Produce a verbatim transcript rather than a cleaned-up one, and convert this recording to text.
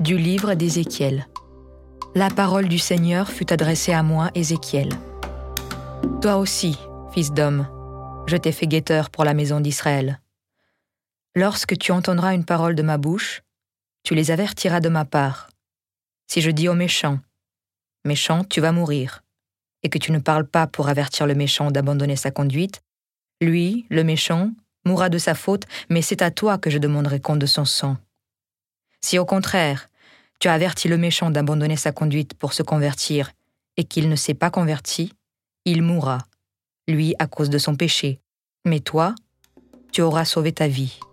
Du livre d'Ézéchiel. La parole du Seigneur fut adressée à moi, Ézéchiel. Toi aussi, fils d'homme, je t'ai fait guetteur pour la maison d'Israël. Lorsque tu entendras une parole de ma bouche, tu les avertiras de ma part. Si je dis au méchant, « Méchant, tu vas mourir », et que tu ne parles pas pour avertir le méchant d'abandonner sa conduite, lui, le méchant, mourra de sa faute, mais c'est à toi que je demanderai compte de son sang. Si au contraire, tu as averti le méchant d'abandonner sa conduite pour se convertir et qu'il ne s'est pas converti, il mourra, lui à cause de son péché, mais toi, tu auras sauvé ta vie.